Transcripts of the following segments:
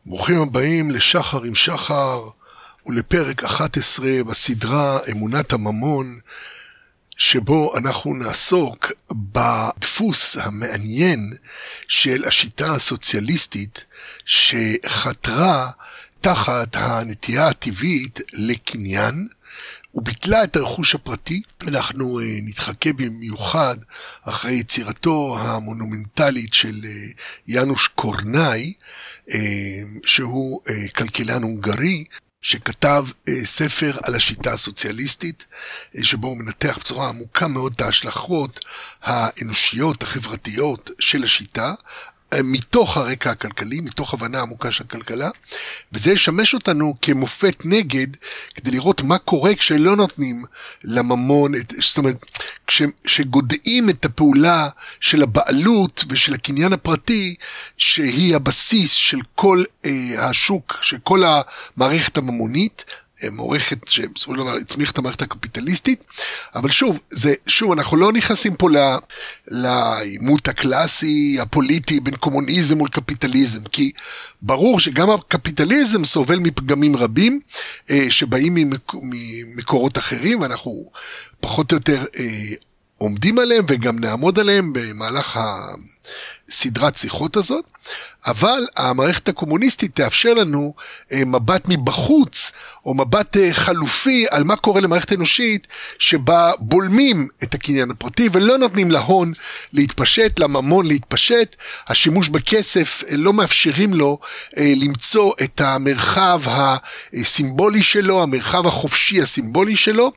ברוכים הבאים לשחר עם שחר ולפרק 11 בסדרה אמונת הממון, שבו אנחנו נעסוק בדפוס המעניין של השיטה הסוציאליסטית שחתרה תחת הנטייה הטבעית לקניין וביטלה את הרכוש הפרטי. אנחנו נתחכה במיוחד אחרי יצירתו המונומנטלית של יאנוש קורנאי, שהוא כלכלן הונגרי, שכתב ספר על השיטה הסוציאליסטית, שבו הוא מנתח בצורה עמוקה מאוד את ההשלכות האנושיות, החברתיות של השיטה, מתוך הרקע הכלכלי, מתוך הבנה עמוקה של הכלכלה, וזה ישמש אותנו כמופת נגד, כדי לראות מה קורה כשלא נותנים לממון, זאת אומרת, כשגודעים את הפעולה של הבעלות ושל הקניין הפרטי, שהיא הבסיס של כל השוק, של כל המערכת הממונית, מערכת שבסופו של דבר הצמיח את המערכת הקפיטליסטית. אבל שוב, אנחנו לא נכנסים פה לעימות הקלאסי, הפוליטי, בין קומוניזם מול קפיטליזם, כי ברור שגם הקפיטליזם סובל מפגמים רבים, שבאים ממקורות אחרים, ואנחנו פחות או יותר עומדים עליהם, וגם נעמוד עליהם במהלך סדרת שיחות הזאת, אבל המערכת הקומוניסטית תאפשר לנו מבט מבחוץ, או מבט חלופי על מה קורה למערכת אנושית, שבה בולמים את הקניין הפרטי, ולא נותנים להון להתפשט, לממון להתפשט, השימוש בכסף לא מאפשרים לו למצוא את המרחב הסימבולי שלו, המרחב החופשי הסימבולי שלו,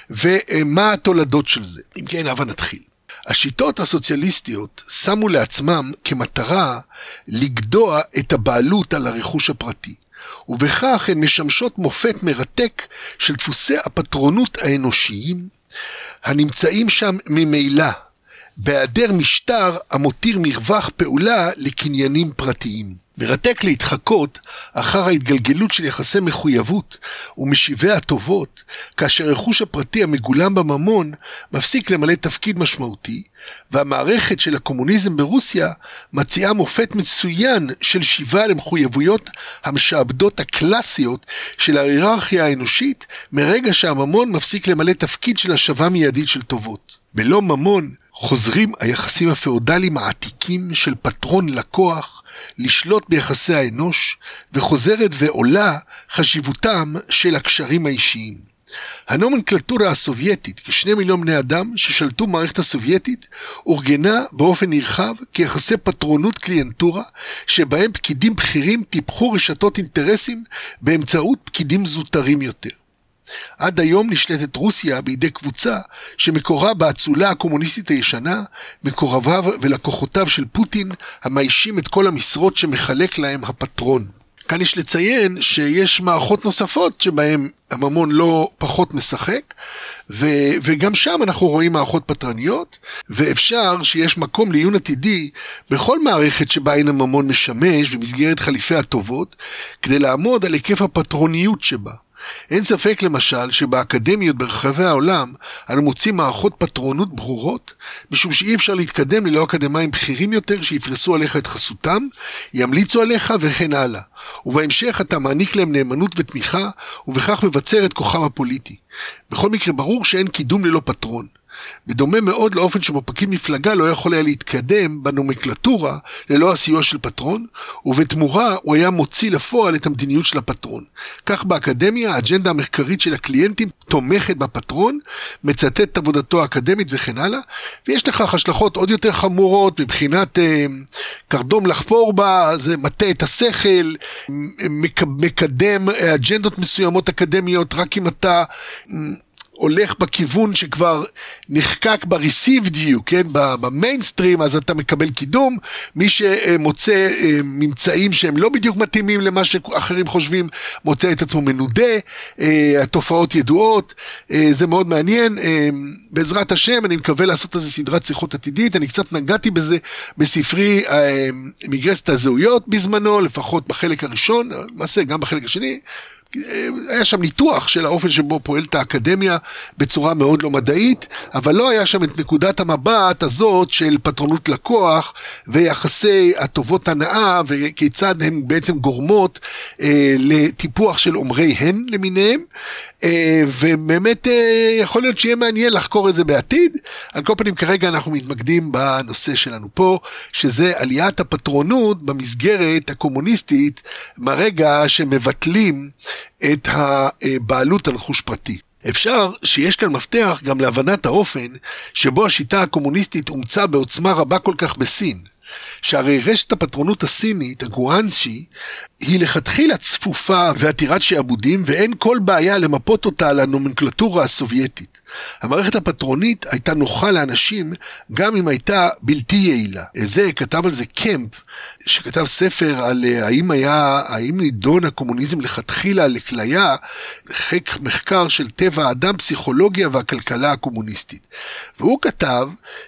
ומה התולדות של זה. אם כן, אבל נתחיל. השיטות הסוציאליסטיות שמו לעצמם כמטרה לגדוע את הבעלות על הרכוש הפרטי, ובכך הן משמשות מופת מרתק של דפוסי הפטרונות האנושיים, הנמצאים שם ממילא, בהיעדר משטר המותיר מרווח פעולה לקניינים פרטיים. מרתק להתחקות אחר ההתגלגלות של יחסי מחויבות ומשיבי הטובות, כאשר הרכוש הפרטי המגולם בממון מפסיק למלא תפקיד משמעותי, והמערכת של הקומוניזם ברוסיה מציעה מופת מצוין של שיבה למחויבויות המשעבדות הקלאסיות של ההיררכיה האנושית, מרגע שהממון מפסיק למלא תפקיד של השבה מיידית של טובות. בלא ממון חוזרים היחסים הפאודליים העתיקים של פטרון לקוח לשלוט ביחסי האנוש, וחוזרת ועולה חשיבותם של הקשרים האישיים. הנומנקלטורה הסובייטית, כ2 מיליון בני אדם ששלטו במערכת הסובייטית, אורגנה באופן נרחב כיחסי פטרונות קליינטורה, שבהם פקידים בכירים טיפחו רשתות אינטרסים באמצעות פקידים זוטרים יותר. עד היום נשלטת רוסיה בידי קבוצה שמקורה באצולה הקומוניסטית הישנה, מקורביו ולקוחותיו של פוטין המאיישים את כל המשרות שמחלק להם הפטרון. כאן יש לציין שיש מערכות נוספות שבהן הממון לא פחות משחק, וגם שם אנחנו רואים מערכות פטרניות, ואפשר שיש מקום לעיון עתידי בכל מערכת שבה אין הממון משמש במסגרת חליפי הטובות, כדי לעמוד על היקף הפטרוניות שבה. אין ספק למשל שבאקדמיות ברחבי העולם אנו מוצאים מערכות פטרונות ברורות, משום שאי אפשר להתקדם ללא אקדמיים בכירים יותר שיפרסו עליך את חסותם, ימליצו עליך וכן הלאה, ובהמשך אתה מעניק להם נאמנות ותמיכה, ובכך מבצר את כוחם הפוליטי. בכל מקרה ברור שאין קידום ללא פטרון. בדומה מאוד לאופן שבו פקיד מפלגה לא יכול היה להתקדם בנומנקלטורה ללא הסיוע של פטרון, ובתמורה הוא היה מוציא לפועל את המדיניות של הפטרון. כך באקדמיה האג'נדה המחקרית של הקליינטים תומכת בפטרון, מצטט את עבודתו האקדמית וכן הלאה, ויש לכך השלכות עוד יותר חמורות מבחינת קרדום לחפור בה, זה מטה את השכל, מקדם אג'נדות מסוימות אקדמיות, רק אם אתה הולך בכיוון שכבר נחקק ב-received you, כן? במיינסטרים, אז אתה מקבל קידום. מי שמוצא ממצאים שהם לא בדיוק מתאימים למה שאחרים חושבים, מוצא את עצמו מנודה. התופעות ידועות, זה מאוד מעניין. בעזרת השם, אני מקווה לעשות איזה סדרת שיחות עתידית. אני קצת נגעתי בזה בספרי מגרסת הזהויות בזמנו, לפחות בחלק הראשון, מעשה גם בחלק השני. היה שם ניתוח של האופן שבו פועלת האקדמיה בצורה מאוד לא מדעית, אבל לא היה שם את נקודת המבט הזאת של פטרונות לקוח ויחסי הטובות הנאה וכיצד הן בעצם גורמות לטיפוח של אומרי הן למיניהם, ובאמת יכול להיות שיהיה מעניין לחקור את זה בעתיד. על כל פנים כרגע אנחנו מתמקדים בנושא שלנו פה, שזה עליית הפטרונות במסגרת הקומוניסטית מהרגע שמבטלים את הבעלות על רכוש פרטי. אפשר שיש כאן מפתח גם להבנת האופן שבו השיטה הקומוניסטית אומצה בעוצמה רבה כל כך בסין. שהרי רשת הפטרונות הסינית, הגואנשי, היא לכתחילה צפופה ועתירת שעבודים, ואין כל בעיה למפות אותה על הנומנקלטורה הסובייטית. המערכת הפטרונית הייתה נוחה לאנשים, גם אם הייתה בלתי יעילה. זה כתב על זה קמפ, שכתב ספר על האם נידון הקומוניזם לכתחילה לכליה, מחקר של טבע האדם, פסיכולוגיה והכלכלה הקומוניסטית. והוא כתב,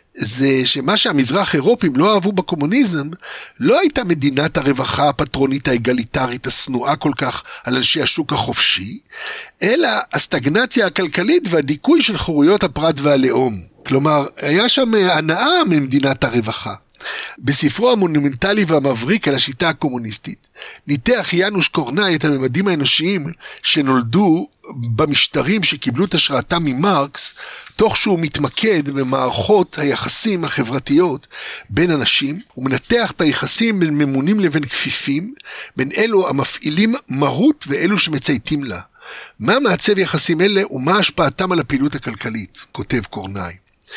זה שמה שהמזרח אירופים לא אהבו בקומוניזם, לא הייתה מדינת הרווחה הפטרונית האגליטרית הסנועה כל כך על אנשי השוק החופשי, אלא הסטגנציה הכלכלית והדיכוי של חירויות הפרט והלאום. כלומר, היה שם הנאה ממדינת הרווחה. בספרו המונומנטלי והמבריק על השיטה הקומוניסטית, ניתח יאנוש קורנאי את הממדים האנושיים שנולדו במשטרים שקיבלו את השראתם ממרקס, תוך שהוא מתמקד במערכות היחסים החברתיות בין אנשים, ומנתח את היחסים בין ממונים לבין כפיפים, בין אלו המפעילים מהות ואלו שמצייתים לה. מה מעצב יחסים אלה ומה השפעתם על הפעילות הכלכלית, כותב קורנאי.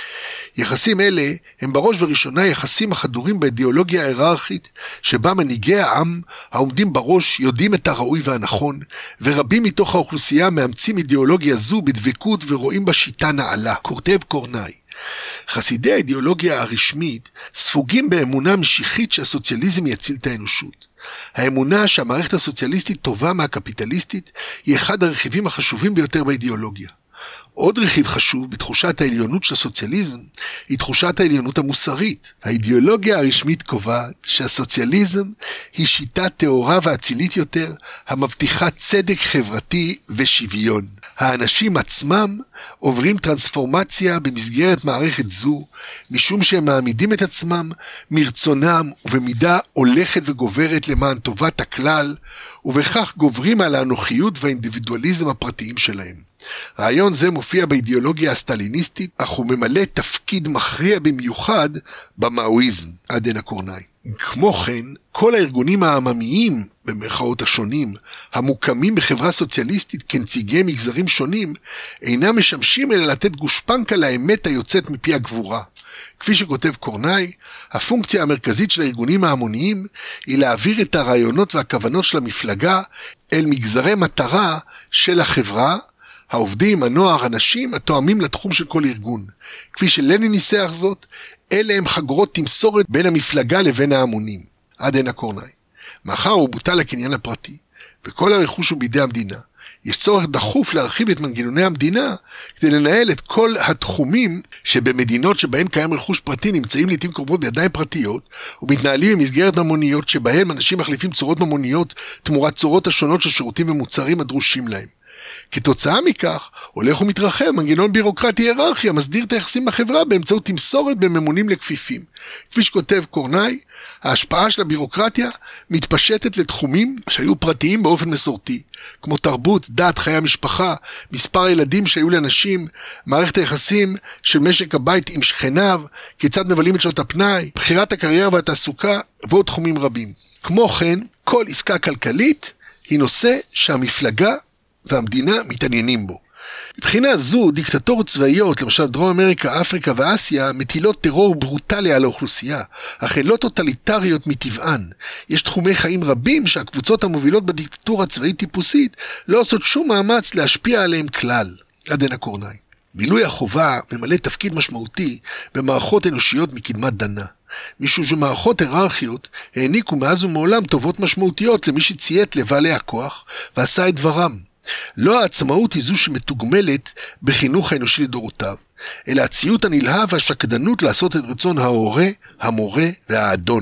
יחסים אלה הם בראש וראשונה יחסים החדורים באידיאולוגיה ההיררכית, שבה מנהיגי העם העומדים בראש יודעים את הראוי והנכון, ורבים מתוך האוכלוסייה מאמצים אידיאולוגיה זו בדבקות ורואים בה שיטה נעלה. כותב קורנאי, חסידי האידיאולוגיה הרשמית ספוגים באמונה משיחית שהסוציאליזם יציל את האנושות. האמונה שהמערכת הסוציאליסטית טובה מהקפיטליסטית היא אחד הרכיבים החשובים ביותר באידיאולוגיה. עוד רכיב חשוב בתחושת העליונות של הסוציאליזם היא תחושת העליונות המוסרית. האידיאולוגיה הרשמית קובעת שהסוציאליזם היא שיטה טהורה ואצילית יותר המבטיחה צדק חברתי ושוויון. האנשים עצמם עוברים טרנספורמציה במסגרת מערכת זו, משום שהם מעמידים את עצמם מרצונם ובמידה הולכת וגוברת למען טובת הכלל, ובכך גוברים על האנוכיות והאינדיבידואליזם הפרטיים שלהם. רעיון זה מופיע באידיאולוגיה הסטליניסטית, אך הוא ממלא תפקיד מכריע במיוחד במאואיזם, עדן הקורנאי. כמו כן, כל הארגונים העממיים, במרכאות השונים, המוקמים בחברה סוציאליסטית כנציגי מגזרים שונים, אינם משמשים אלא לתת גושפנקה לאמת היוצאת מפי הגבורה. כפי שכותב קורנאי, הפונקציה המרכזית של הארגונים ההמוניים היא להעביר את הרעיונות והכוונות של המפלגה אל מגזרי מטרה של החברה, העובדים, הנוער, הנשים, התואמים לתחום של כל ארגון. כפי שלנין ניסח זאת, אלה הם חגורות תמסורת בין המפלגה לבין ההמונים. עדן הקורנאי. מאחר הוא בוטל הקניין הפרטי, וכל הרכוש הוא בידי המדינה, יש צורך דחוף להרחיב את מנגנוני המדינה, כדי לנהל את כל התחומים שבמדינות שבהן קיים רכוש פרטי נמצאים לעתים קרובות בידיים פרטיות, ומתנהלים במסגרת ממוניות שבהן אנשים מחליפים צורות ממוניות תמורת צורות השונות של שירותים ומוצרים הדרושים להם. כתוצאה מכך, הולך ומתרחב מנגנון בירוקרטי היררכי המסדיר את היחסים בחברה באמצעות תמסורת בממונים לכפיפים. כפי שכותב קורנאי, ההשפעה של הבירוקרטיה מתפשטת לתחומים שהיו פרטיים באופן מסורתי, כמו תרבות, דת, חיי המשפחה, מספר הילדים שהיו לאנשים, מערכת היחסים של משק הבית עם שכניו, כיצד מבלים את שעות הפנאי, בחירת הקריירה והתעסוקה ועוד תחומים רבים. כמו כן, כל עסקה כלכלית היא נושא שהמפלגה והמדינה מתעניינים בו. מבחינה זו, דיקטטורות צבאיות, למשל דרום אמריקה, אפריקה ואסיה, מטילות טרור ברוטלי על האוכלוסייה, אך הן לא טוטליטריות מטבען. יש תחומי חיים רבים שהקבוצות המובילות בדיקטטורה הצבאית טיפוסית לא עושות שום מאמץ להשפיע עליהם כלל. עדן הקורנאי. מילוי החובה ממלא תפקיד משמעותי במערכות אנושיות מקדמת דנה. משום שמערכות היררכיות העניקו מאז ומעולם טובות משמעותיות למי שציית לבעלי הכוח ועשה את דברם. לא העצמאות היא זו שמתוגמלת בחינוך האנושי לדורותיו, אלא הציות הנלהב והשקדנות לעשות את רצון ההורה, המורה והאדון.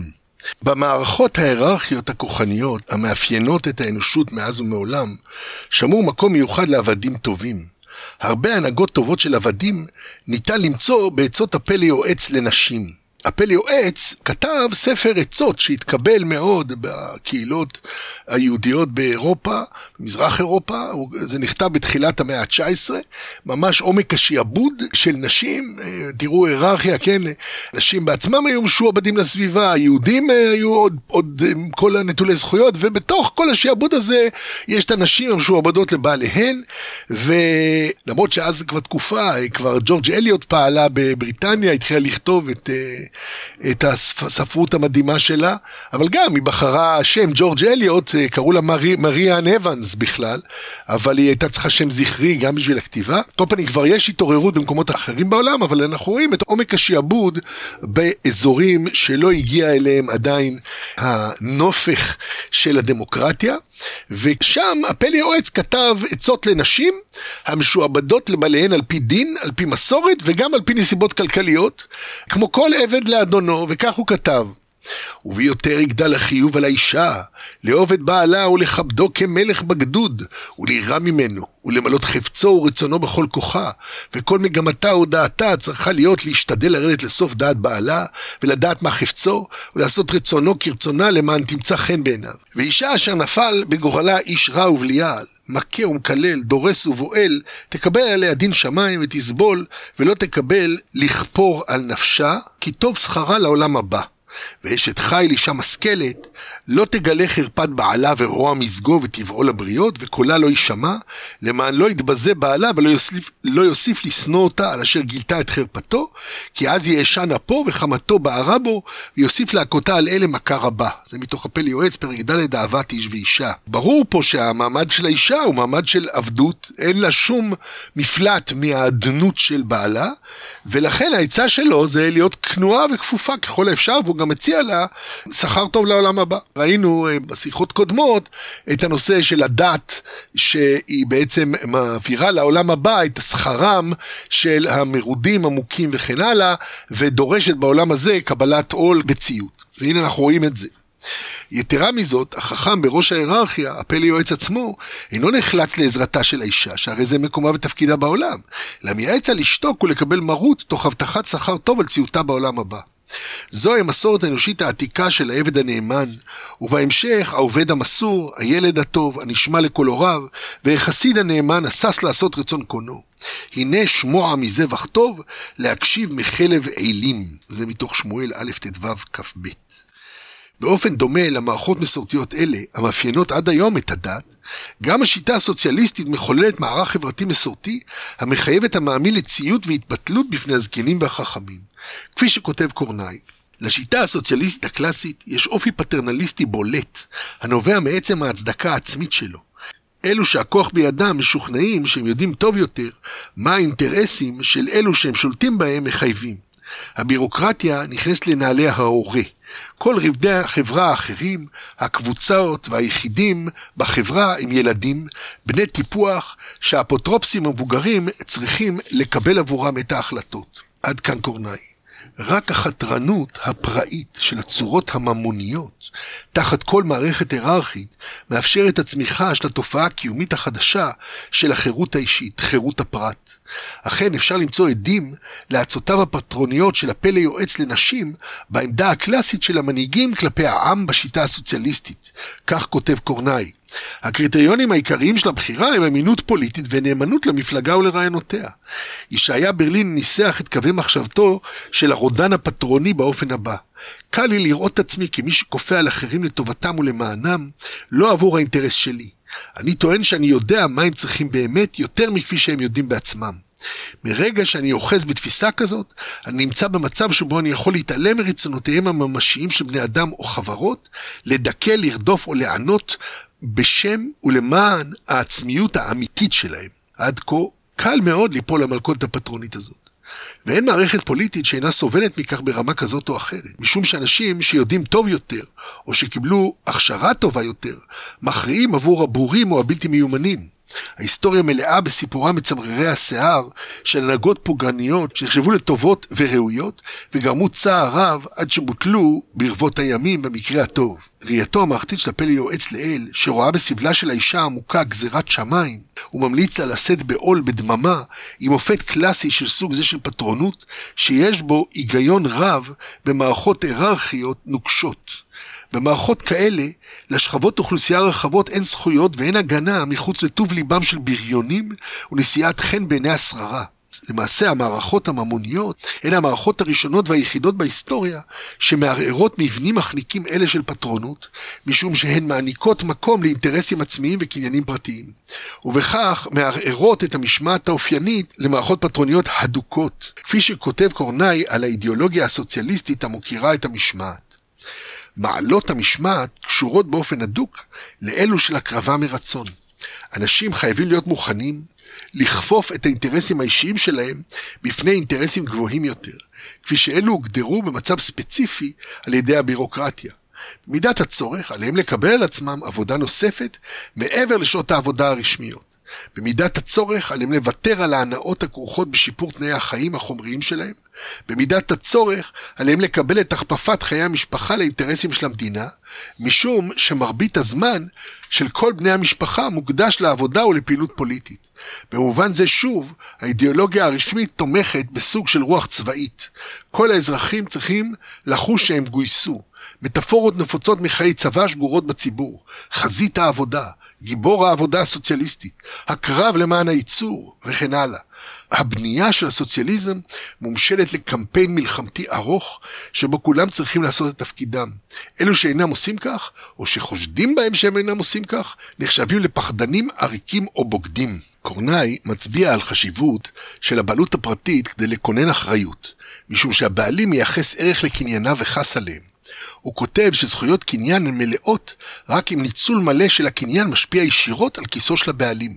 במערכות ההיררכיות הכוחניות המאפיינות את האנושות מאז ומעולם, שמור מקום מיוחד לעבדים טובים. הרבה הנהגות טובות של עבדים ניתן למצוא בעצות הפלא יועץ לנשים. הפלא יועץ כתב ספר עצות שהתקבל מאוד בקהילות היהודיות באירופה, במזרח אירופה. זה נכתב בתחילת המאה ה-19, ממש עומק השיעבוד של נשים. תראו היררכיה, כן, נשים בעצמם היו משועבדים לסביבה, היהודים היו עוד כל הנטולי זכויות, ובתוך כל השיעבוד הזה יש את הנשים המשועבדות לבעליהן. ולמרות שאז כבר תקופה, כבר ג'ורג' אליוט פעלה בבריטניה, התחילה לכתוב את הספרות המדהימה שלה, אבל גם היא בחרה שם ג'ורג' אליוט, קראו לה מריה אן אבנס בכלל, אבל היא הייתה צריכה שם זכרי גם בשביל הכתיבה. כל פעמים כבר יש התעוררות במקומות אחרים בעולם, אבל אנחנו רואים את עומק השיעבוד באזורים שלא הגיע אליהם עדיין הנופך של הדמוקרטיה, ושם הפלא יועץ כתב עצות לנשים המשועבדות לבעליהן על פי דין, על פי מסורת וגם על פי נסיבות כלכליות, כמו כל עבד לאדונו, וכך הוא כתב: וביותר יגדל החיוב על האישה, לאהוב את בעלה ולכבדו כמלך בגדוד, ולירא ממנו, ולמלות חפצו ורצונו בכל כוחה, וכל מגמתה או דעתה צריכה להיות להשתדל לרדת לסוף דעת בעלה, ולדעת מה חפצו, ולעשות רצונו כרצונה למען תמצא חן בעיניו. ואישה אשר נפל בגורלה איש רע ובליעל, מכה ומקלל, דורס ובועל, תקבל עליה דין שמיים ותסבול, ולא תקבל לכפור על נפשה, כי טוב שכרה לעולם הבא. ואשת חיל אישה משכלת, לא תגלה חרפת בעלה ורוע מזגו וטבעו לבריות, וקולה לא יישמע, למען לא יתבזה בעלה ולא יוסיף לשנוא אותה על אשר גילתה את חרפתו, כי אז יאשן אפו וחמתו בערה בו, ויוסיף להכותה על אלה מכה רבה. זה מתוך הפלא יועץ, פרק ד' אהבת איש ואישה. ברור פה שהמעמד של האישה הוא מעמד של עבדות, אין לה שום מפלט מהעדנות של בעלה, ולכן העצה שלו זה להיות כנועה וכפופה ככל האפשר, והוא גם מציע לה שכר טוב לעולם הבא. ראינו בשיחות קודמות את הנושא של הדת, שהיא בעצם מעבירה לעולם הבא את שכרם של המרודים, המוכים וכן הלאה, ודורשת בעולם הזה קבלת עול וציות. והנה אנחנו רואים את זה. יתרה מזאת, החכם בראש ההיררכיה, הפלא יועץ עצמו, אינו נחלץ לעזרתה של האישה, שהרי זה מקומה ותפקידה בעולם, אלא מייעץ לה לשתוק ולקבל מרות תוך הבטחת שכר טוב על ציותה בעולם הבא. זוהי המסורת האנושית העתיקה של העבד הנאמן, ובהמשך העובד המסור, הילד הטוב, הנשמע לכל הוריו, והחסיד הנאמן הסס לעשות רצון קונו. הנה שמוע מזבח טוב, להקשיב מחלב אילים. זה מתוך שמואל א' ט"ו כ"ב. באופן דומה למערכות מסורתיות אלה, המאפיינות עד היום את הדת, גם השיטה הסוציאליסטית מחוללת מערך חברתי מסורתי, המחייב את המאמין לציות והתבטלות בפני הזקנים והחכמים. כפי שכותב קורנאי, לשיטה הסוציאליסטית הקלאסית יש אופי פטרנליסטי בולט, הנובע מעצם ההצדקה העצמית שלו. אלו שהכוח בידם משוכנעים שהם יודעים טוב יותר מה האינטרסים של אלו שהם שולטים בהם מחייבים. הבירוקרטיה נכנסת לנעלי ההורה. כל רבדי החברה האחרים, הקבוצות והיחידים בחברה הם ילדים, בני טיפוח שהאפוטרופסים המבוגרים צריכים לקבל עבורם את ההחלטות. עד כאן קורנאי. רק החתרנות הפראית של הצורות הממוניות, תחת כל מערכת היררכית, מאפשרת הצמיחה של התופעה הקיומית החדשה של החירות האישית, חירות הפרט. אכן אפשר למצוא עדים לעצותיו הפטרוניות של הפלא יועץ לנשים בעמדה הקלאסית של המנהיגים כלפי העם בשיטה הסוציאליסטית. כך כותב קורנאי. הקריטריונים העיקריים של הבחירה הם אמינות פוליטית ונאמנות למפלגה ולרעיונותיה. ישעיה ברלין ניסח את קווי מחשבתו של הרודן הפטרוני באופן הבא: קל לי לראות עצמי כמי שכופה על אחרים לטובתם ולמענם, לא עבור האינטרס שלי. אני טוען שאני יודע מה הם צריכים באמת יותר מכפי שהם יודעים בעצמם. מרגע שאני אוחז בתפיסה כזאת, אני נמצא במצב שבו אני יכול להתעלם מרצונותיהם הממשיים של בני אדם או חברות, לדכא, לרדוף או לענות בשם ולמען העצמיות האמיתית שלהם. עד כה קל מאוד ליפול למלכודת הפטרונית הזאת. ואין מערכת פוליטית שאינה סובלת מכך ברמה כזאת או אחרת, משום שאנשים שיודעים טוב יותר, או שקיבלו הכשרה טובה יותר, מכריעים עבור הבורים או הבלתי מיומנים. ההיסטוריה מלאה בסיפורם מצמררי השיער של הנהגות פוגעניות שנחשבו לטובות וראויות וגרמו צער רב עד שבוטלו ברבות הימים במקרה הטוב. ראייתו המערכתית של הפלא יועץ לאל, שרואה בסבלה של האישה העמוקה גזירת שמיים, וממליץ לה לשאת בעול בדממה, היא מופת קלאסי של סוג זה של פטרונות, שיש בו היגיון רב במערכות היררכיות נוקשות. במערכות כאלה, לשכבות אוכלוסייה רחבות אין זכויות ואין הגנה מחוץ לטוב ליבם של בריונים ונשיאת חן בעיני השררה. למעשה המערכות הממוניות הן המערכות הראשונות והיחידות בהיסטוריה שמערערות מבנים מחניקים אלה של פטרונות, משום שהן מעניקות מקום לאינטרסים עצמיים וקניינים פרטיים, ובכך מערערות את המשמעת האופיינית למערכות פטרוניות הדוקות, כפי שכותב קורנאי על האידיאולוגיה הסוציאליסטית המוכירה את המשמעת. מעלות המשמעת קשורות באופן הדוק לאלו של הקרבה מרצון. אנשים חייבים להיות מוכנים לכפוף את האינטרסים האישיים שלהם בפני אינטרסים גבוהים יותר, כפי שאלו הוגדרו במצב ספציפי על ידי הבירוקרטיה. במידת הצורך עליהם לקבל על עצמם עבודה נוספת מעבר לשעות העבודה הרשמיות. במידת הצורך עליהם לוותר על ההנאות הכרוכות בשיפור תנאי החיים החומריים שלהם. במידת הצורך עליהם לקבל את הכפפת חיי המשפחה לאינטרסים של המדינה, משום שמרבית הזמן של כל בני המשפחה מוקדש לעבודה ולפעילות פוליטית. במובן זה שוב, האידיאולוגיה הרשמית תומכת בסוג של רוח צבאית. כל האזרחים צריכים לחוש שהם גויסו. מטאפורות נפוצות מחיי צבא שגורות בציבור, חזית העבודה, גיבור העבודה הסוציאליסטית, הקרב למען הייצור וכן הלאה. הבנייה של הסוציאליזם מומשלת לקמפיין מלחמתי ארוך שבו כולם צריכים לעשות את תפקידם. אלו שאינם עושים כך, או שחושדים בהם שהם אינם עושים כך, נחשבים לפחדנים, עריקים או בוגדים. קורנאי מצביע על חשיבות של הבעלות הפרטית כדי לקונן אחריות, משום שהבעלים מייחס ערך לקנייניו וחס עליהם. הוא כותב שזכויות קניין הן מלאות רק אם ניצול מלא של הקניין משפיע ישירות על כיסו של הבעלים.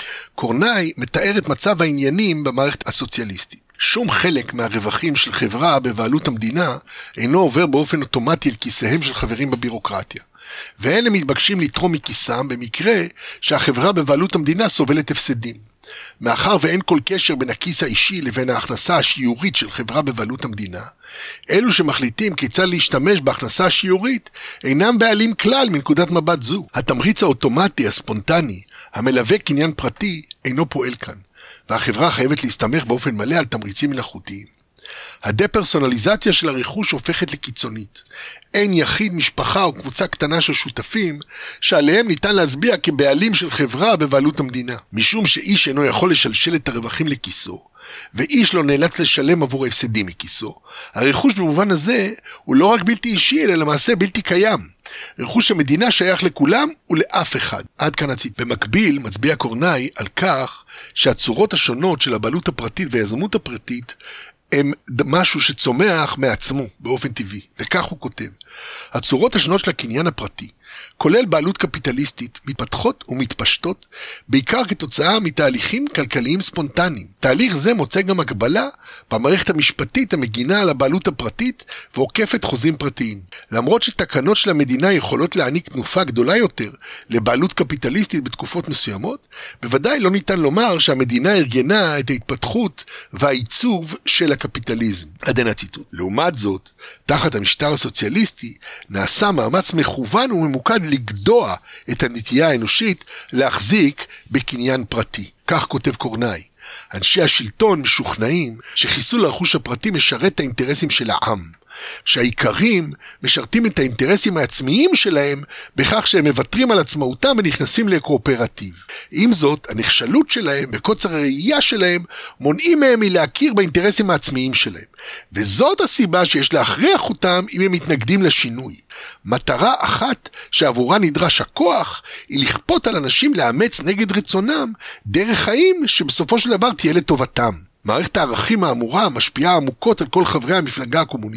קורנאי מתאר את מצב העניינים במערכת הסוציאליסטית. שום חלק מהרווחים של חברה בבעלות המדינה אינו עובר באופן אוטומטי על כיסיהם של חברים בבירוקרטיה. ואלה מתבקשים לתרום מכיסם במקרה שהחברה בבעלות המדינה סובלת הפסדים. מאחר ואין כל קשר בין הכיס האישי לבין ההכנסה השיורית של חברה בבעלות המדינה, אלו שמחליטים כיצד להשתמש בהכנסה השיורית אינם בעלים כלל מנקודת מבט זו. התמריץ האוטומטי, הספונטני, המלווה קניין פרטי, אינו פועל כאן, והחברה חייבת להסתמך באופן מלא על תמריצים מלאכותיים. הדפרסונליזציה של הרכוש הופכת לקיצונית. אין יחיד, משפחה או קבוצה קטנה של שותפים שעליהם ניתן להצביע כבעלים של חברה בבעלות המדינה. משום שאיש אינו יכול לשלשל את הרווחים לכיסו, ואיש לא נאלץ לשלם עבור ההפסדים מכיסו. הרכוש במובן הזה הוא לא רק בלתי אישי, אלא למעשה בלתי קיים. רכוש המדינה שייך לכולם ולאף אחד. עד כאן הציטוט. במקביל מצביע קורנאי על כך שהצורות השונות של הבעלות הפרטית והיזמות הפרטית הם משהו שצומח מעצמו באופן טבעי, וכך הוא כותב. הצורות השונות של הקניין הפרטי, כולל בעלות קפיטליסטית, מתפתחות ומתפשטות, בעיקר כתוצאה מתהליכים כלכליים ספונטניים. תהליך זה מוצא גם הקבלה במערכת המשפטית המגינה על הבעלות הפרטית ועוקפת חוזים פרטיים. למרות שתקנות של המדינה יכולות להעניק תנופה גדולה יותר לבעלות קפיטליסטית בתקופות מסוימות, בוודאי לא ניתן לומר שהמדינה ארגנה את ההתפתחות והעיצוב של הקפיטליזם. עד הנה הציטוט. לעומת זאת, תחת המשטר הסוציאליסטי נעשה מאמץ מכוון וממוקד לגדוע את הנטייה האנושית להחזיק בקניין פרטי. כך כותב קורנאי. אנשי השלטון משוכנעים שחיסול הרכוש הפרטי משרת את האינטרסים של העם, שהעיקרים משרתים את האינטרסים העצמיים שלהם בכך שהם מוותרים על עצמאותם ונכנסים לקואופרטיב. עם זאת, הנכשלות שלהם וקוצר הראייה שלהם מונעים מהם מלהכיר באינטרסים העצמיים שלהם. וזאת הסיבה שיש להכריח אותם אם הם מתנגדים לשינוי. מטרה אחת שעבורה נדרש הכוח היא לכפות על אנשים לאמץ נגד רצונם דרך חיים שבסופו של דבר תהיה לטובתם. מערכת הערכים האמורה משפיעה עמוקות על כל חברי המפלגה הקומוניסטית.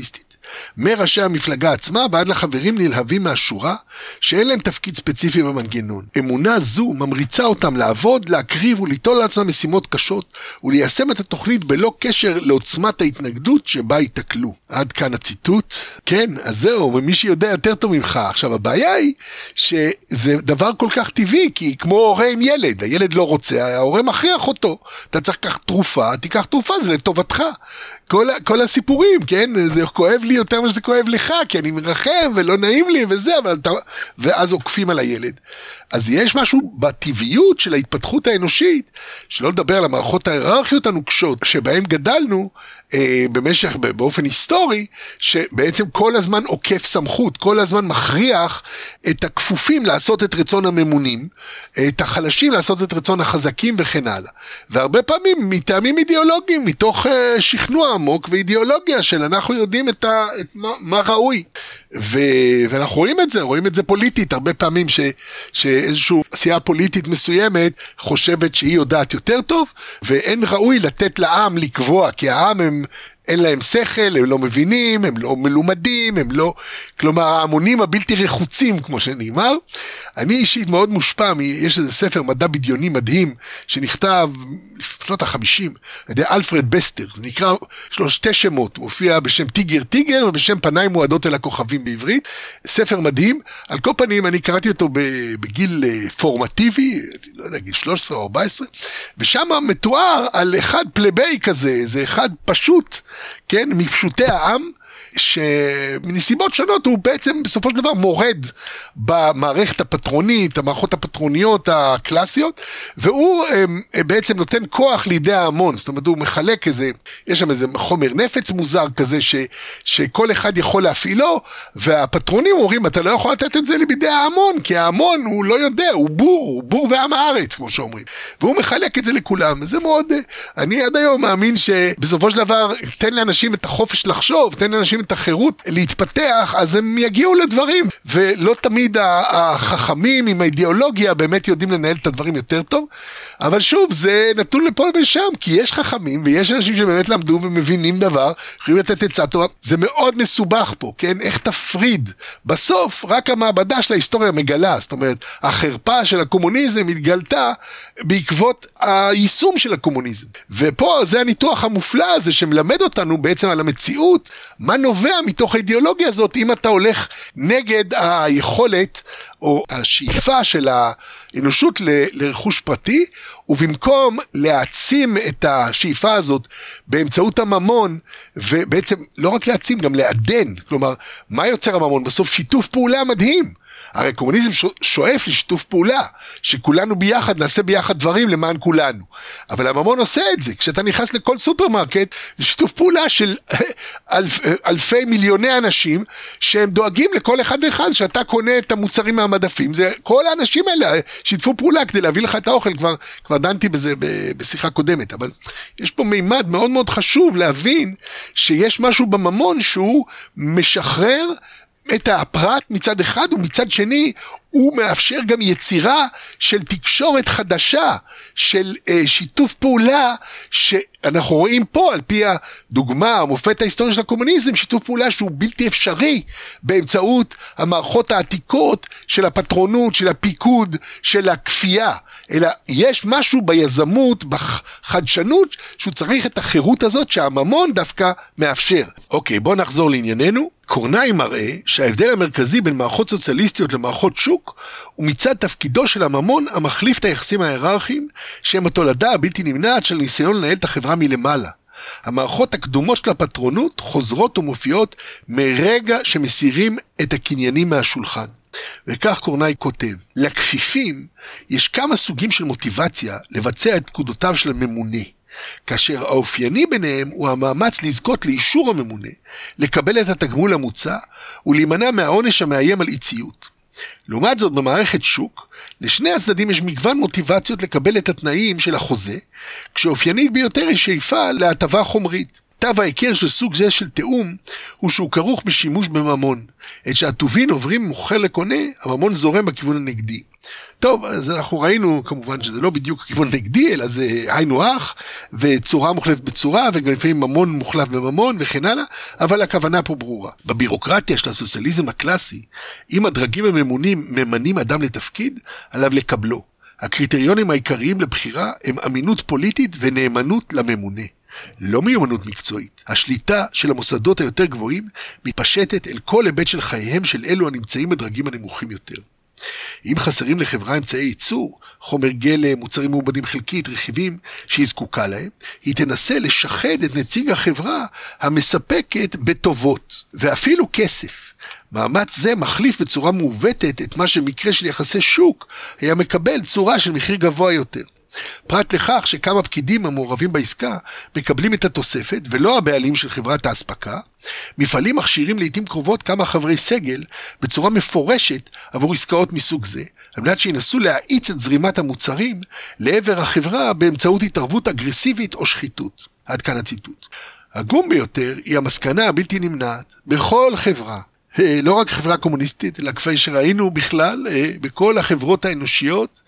מראשי המפלגה עצמה ועד לחברים נלהבים מהשורה, שאין להם תפקיד ספציפי במנגנון. אמונה זו ממריצה אותם לעבוד, להקריב וליטול לעצמם משימות קשות, וליישם את התוכנית בלא קשר לעוצמת ההתנגדות שבה ייתקלו. עד כאן הציטוט. כן, אז זהו, ומי שיודע יותר טוב ממך. עכשיו, הבעיה היא שזה דבר כל כך טבעי, כי כמו הורה עם ילד, הילד לא רוצה, ההורה מכריח אותו. אתה צריך לקח תרופה, תיקח תרופה, זה לטובתך. כל הסיפורים, כן? זה כואב לי יותר מזה כואב לך, כי אני מרחם ולא נעים לי וזה, ואז עוקפים על הילד. אז יש משהו בטבעיות של ההתפתחות האנושית, שלא לדבר על המערכות ההיררכיות הנוקשות, שבהם גדלנו באופן היסטורי, שבעצם כל הזמן עוקף סמכות, כל הזמן מכריח את הכפופים לעשות את רצון הממונים, את החלשים לעשות את רצון החזקים וכן הלאה. והרבה פעמים מטעמים אידיאולוגיים, מתוך שכנוע עמוק ואידיאולוגיה של אנחנו יודעים מה ראוי. ואנחנו רואים את זה פוליטית, הרבה פעמים שאיזושהי סיעה פוליטית מסוימת חושבת שהיא יודעת יותר טוב, ואין ראוי לתת לעם לקבוע, כי העם אין להם שכל, הם לא מבינים, הם לא מלומדים, כלומר ההמונים הבלתי רחוצים, כמו שנאמר. אני אישית מאוד מושפע, יש איזה ספר מדע בדיוני מדהים, שנכתב לפנות ה-50, על ידי אלפרד בסטר, זה נקרא, יש לו 2 שמות, הוא מופיע בשם טיגר ובשם פניים מועדות אל הכוכבים בעברית, ספר מדהים, על כל פנים אני קראתי אותו בגיל פורמטיבי, לא יודע, גיל 13 או 14, ושם מתואר על אחד פלבי כזה, זה אחד פשוט, כן, מפשוטי העם, שמנסיבות שונות הוא בעצם בסופו של דבר מורד במערכת הפטרונית, המערכות הפטרוניות הקלאסיות, והוא בעצם נותן כוח לידי ההמון, זאת אומרת הוא מחלק יש שם איזה חומר נפץ מוזר כזה שכל אחד יכול להפעילו, והפטרונים אומרים אתה לא יכול לתת את זה לידי ההמון, כי ההמון הוא לא יודע, הוא בור ועם הארץ כמו שאומרים, והוא מחלק את זה לכולם, זה מאוד, אני עד היום מאמין שבסופו של דבר תן לאנשים את החופש לחשוב, תן לאנשים את החירות להתפתח, אז הם יגיעו לדברים, ולא תמיד החכמים עם האידיאולוגיה באמת יודעים לנהל את הדברים יותר טוב, אבל שוב, זה נתון לפה ושם, כי יש חכמים, ויש אנשים שבאמת למדו ומבינים דבר, יכולים לתת עצה טובה, זה מאוד מסובך פה, כן? איך תפריד? בסוף, רק המעבדה של ההיסטוריה מגלה, זאת אומרת, החרפה של הקומוניזם התגלתה בעקבות היישום של הקומוניזם, ופה זה הניתוח המופלא הזה, שמלמד אותנו בעצם על המציאות, מה נובע מתוך האידיאולוגיה הזאת, אם אתה הולך נגד היכולת או השאיפה של האנושות לרכוש פרטי, ובמקום להעצים את השאיפה הזאת באמצעות הממון, ובעצם לא רק להעצים, גם לעדן, כלומר, מה יוצר הממון? בסוף שיתוף פעולה מדהים. הרי קומוניזם שואף לשיתוף פעולה, שכולנו ביחד נעשה ביחד דברים למען כולנו. אבל הממון עושה את זה, כשאתה נכנס לכל סופרמרקט, זה שיתוף פעולה של אלפי מיליוני אנשים, שהם דואגים לכל אחד ואחד, שאתה קונה את המוצרים מהמדפים, זה כל האנשים האלה שיתפו פעולה כדי להביא לך את האוכל, כבר דנתי בזה בשיחה קודמת, אבל יש פה מימד מאוד מאוד חשוב להבין, שיש משהו בממון שהוא משחרר, את הפרט מצד אחד ומצד שני הוא מאפשר גם יצירה של תקשורת חדשה, של שיתוף פעולה שאנחנו רואים פה על פי הדוגמה, המופת ההיסטוריה של הקומוניזם, שיתוף פעולה שהוא בלתי אפשרי באמצעות המערכות העתיקות של הפטרונות, של הפיקוד, של הכפייה, אלא יש משהו ביזמות, בחדשנות, שהוא צריך את החירות הזאת שהממון דווקא מאפשר. אוקיי, בוא נחזור לענייננו. קורנאי מראה שההבדל המרכזי בין מערכות סוציאליסטיות למערכות שוק הוא מצד תפקידו של הממון המחליף את היחסים ההיררכיים שהם התולדה הבלתי נמנעת של ניסיון לנהל את החברה מלמעלה. המערכות הקדומות של הפטרונות חוזרות ומופיעות מרגע שמסירים את הקניינים מהשולחן. וכך קורנאי כותב, לכפיפים יש כמה סוגים של מוטיבציה לבצע את פקודותיו של הממונה. כאשר האופייני ביניהם הוא המאמץ לזכות לאישור הממונה, לקבל את התגמול המוצע ולהימנע מהעונש המאיים על אי-ציות. לעומת זאת במערכת שוק, לשני הצדדים יש מגוון מוטיבציות לקבל את התנאים של החוזה, כשאופיינית ביותר היא שאיפה להטבה חומרית. תו ההיכר של סוג זה של תאום הוא שהוא כרוך בשימוש בממון. את שהטובין עוברים מוכר לקונה, הממון זורם בכיוון הנגדי. טוב, אז אנחנו ראינו כמובן שזה לא בדיוק הכיוון נגדי, אלא זה היינו הך, וצורה מוחלפת בצורה, וגם לפעמים ממון מוחלף בממון וכן הלאה, אבל הכוונה פה ברורה. בבירוקרטיה של הסוציאליזם הקלאסי, אם הדרגים הממונים ממנים אדם לתפקיד, עליו לקבלו. הקריטריונים העיקריים לבחירה הם אמינות פוליטית ונאמנות לממונה. לא מיומנות מקצועית. השליטה של המוסדות היותר גבוהים מתפשטת אל כל היבט של חייהם של אלו הנמצאים בדרגים הנמוכים יותר. אם חסרים לחברה אמצעי ייצור, חומר גלם, מוצרים מעובדים חלקית, רכיבים שהיא זקוקה להם, היא תנסה לשחד את נציג החברה המספקת בטובות, ואפילו כסף. מאמץ זה מחליף בצורה מעוותת את מה שמקרה של יחסי שוק היה מקבל צורה של מחיר גבוה יותר. פרט לכך שכמה פקידים המעורבים בעסקה מקבלים את התוספת ולא הבעלים של חברת ההספקה, מפעלים מכשירים לעתים קרובות כמה חברי סגל בצורה מפורשת עבור עסקאות מסוג זה, על מנת שינסו להאיץ את זרימת המוצרים לעבר החברה באמצעות התערבות אגרסיבית או שחיתות. עד כאן הציטוט. הגום ביותר היא המסקנה הבלתי נמנעת בכל חברה, לא רק חברה קומוניסטית, אלא כפי שראינו בכלל, בכל החברות האנושיות,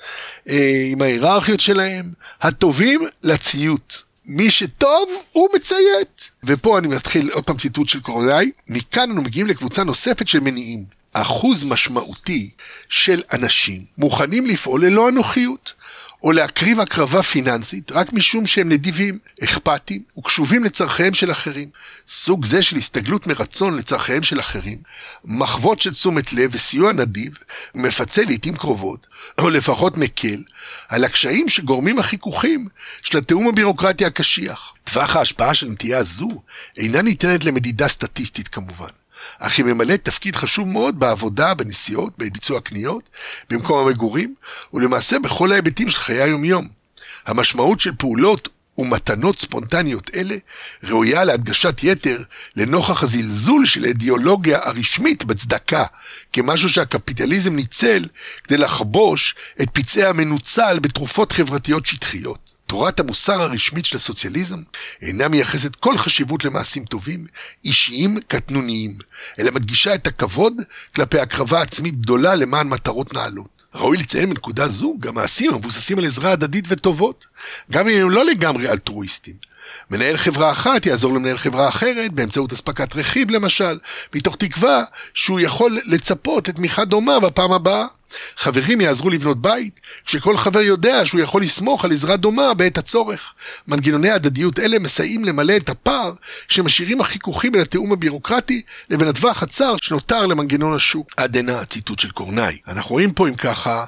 עם ההיררכיות שלהם, הטובים לציות. מי שטוב הוא מציית. ופה אני מתחיל עוד פעם ציטוט של קורנאי. מכאן אנו מגיעים לקבוצה נוספת של מניעים. אחוז משמעותי של אנשים מוכנים לפעול ללא אנוכיות, או להקריב הקרבה פיננסית רק משום שהם נדיבים, אכפתיים וקשובים לצרכיהם של אחרים. סוג זה של הסתגלות מרצון לצרכיהם של אחרים, מחוות של תשומת לב וסיוע נדיב, מפצה לעתים קרובות, או לפחות מקל, על הקשיים שגורמים החיכוכים של התאום הבירוקרטיה הקשיח. טווח ההשפעה של נטייה זו אינה ניתנת למדידה סטטיסטית כמובן. אך היא ממלאת תפקיד חשוב מאוד בעבודה, בנסיעות, בביצוע קניות, במקום המגורים, ולמעשה בכל ההיבטים של חיי היום-יום. המשמעות של פעולות ומתנות ספונטניות אלה ראויה להדגשת יתר לנוכח הזלזול של האידיאולוגיה הרשמית בצדקה, כמשהו שהקפיטליזם ניצל כדי לחבוש את פצעי המנוצל בתרופות חברתיות שטחיות. תורת המוסר הרשמית של הסוציאליזם אינה מייחסת כל חשיבות למעשים טובים, אישיים קטנוניים, אלא מדגישה את הכבוד כלפי הקרבה עצמית גדולה למען מטרות נעלות. ראוי לציין בנקודה זו גם מעשים המבוססים על עזרה הדדית וטובות, גם אם הם לא לגמרי אלטרואיסטים. מנהל חברה אחת יעזור למנהל חברה אחרת באמצעות אספקת רכיב למשל, מתוך תקווה שהוא יכול לצפות לתמיכה דומה בפעם הבאה. חברים יעזרו לבנות בית, כשכל חבר יודע שהוא יכול לסמוך על עזרה דומה בעת הצורך. מנגנוני ההדדיות אלה מסייעים למלא את הפער שמשאירים החיכוכים בין התאום הבירוקרטי לבין הטווח הצר שנותר למנגנון השוק. עד הנה הציטוט של קורנאי. אנחנו רואים פה אם ככה,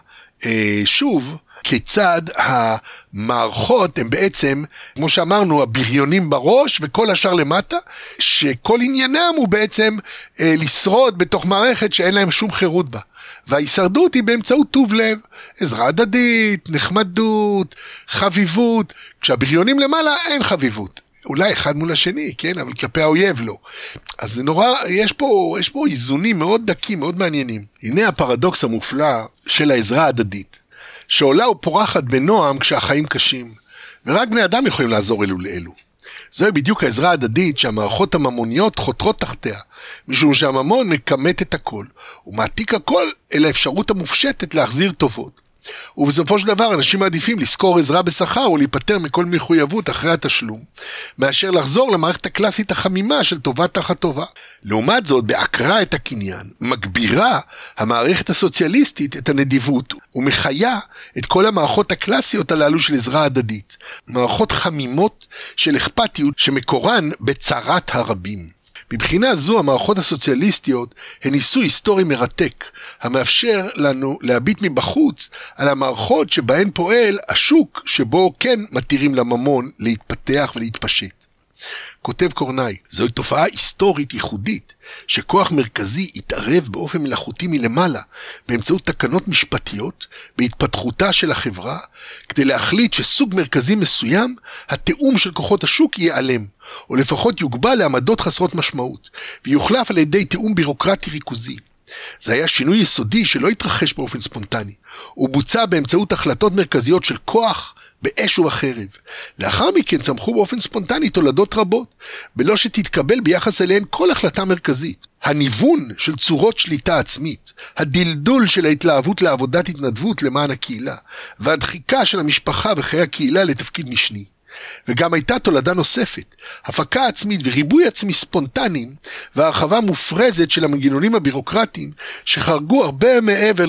שוב, כיצד המערכות הם בעצם, כמו שאמרנו, הבריונים בראש וכל השאר למטה, שכל עניינם הוא בעצם לשרוד בתוך מערכת שאין להם שום חירות בה. וההישרדות היא באמצעות טוב לב, עזרה הדדית, נחמדות, חביבות. כשהבריונים למעלה אין חביבות. אולי אחד מול השני, כן? אבל כלפי האויב לא. אז זה נורא, יש פה איזונים מאוד דקים, מאוד מעניינים. הנה הפרדוקס המופלא של העזרה הדדית. שעולה ופורחת בנועם כשהחיים קשים, ורק בני אדם יכולים לעזור אלו לאלו. זוהי בדיוק העזרה ההדדית שהמערכות הממוניות חותרות תחתיה, משום שהממון מקמת את הכל, ומעתיק הכל אל האפשרות המופשטת להחזיר טובות. ובסופו של דבר אנשים מעדיפים לזכור עזרה בשכר או להיפטר מכל מחויבות אחרי התשלום, מאשר לחזור למערכת הקלאסית החמימה של טובה תחת טובה. לעומת זאת, בהקרה את הקניין, מגבירה המערכת הסוציאליסטית את הנדיבות, ומחיה את כל המערכות הקלאסיות הללו של עזרה הדדית. מערכות חמימות של אכפתיות שמקורן בצרת הרבים. מבחינה זו המערכות הסוציאליסטיות הן ניסוי היסטורי מרתק, המאפשר לנו להביט מבחוץ על המערכות שבהן פועל השוק שבו כן מתירים לממון להתפתח ולהתפשט. כותב קורנאי, זוהי תופעה היסטורית ייחודית, שכוח מרכזי יתערב באופן מלאכותי מלמעלה, באמצעות תקנות משפטיות, בהתפתחותה של החברה, כדי להחליט שסוג מרכזי מסוים, התאום של כוחות השוק ייעלם, או לפחות יוגבל לעמדות חסרות משמעות, ויוחלף על ידי תאום בירוקרטי ריכוזי. זה היה שינוי יסודי שלא התרחש באופן ספונטני. הוא בוצע באמצעות החלטות מרכזיות של כוח, באש ובחרב. לאחר מכן צמחו באופן ספונטני תולדות רבות, בלא שתתקבל ביחס אליהן כל החלטה מרכזית. הניוון של צורות שליטה עצמית, הדלדול של ההתלהבות לעבודת התנדבות למען הקהילה, והדחיקה של המשפחה וחיי הקהילה לתפקיד משני. וגם הייתה תולדה נוספת, הפקה עצמית וריבוי עצמי ספונטניים, והרחבה מופרזת של המנגנונים הבירוקרטיים, שחרגו הרבה מעבר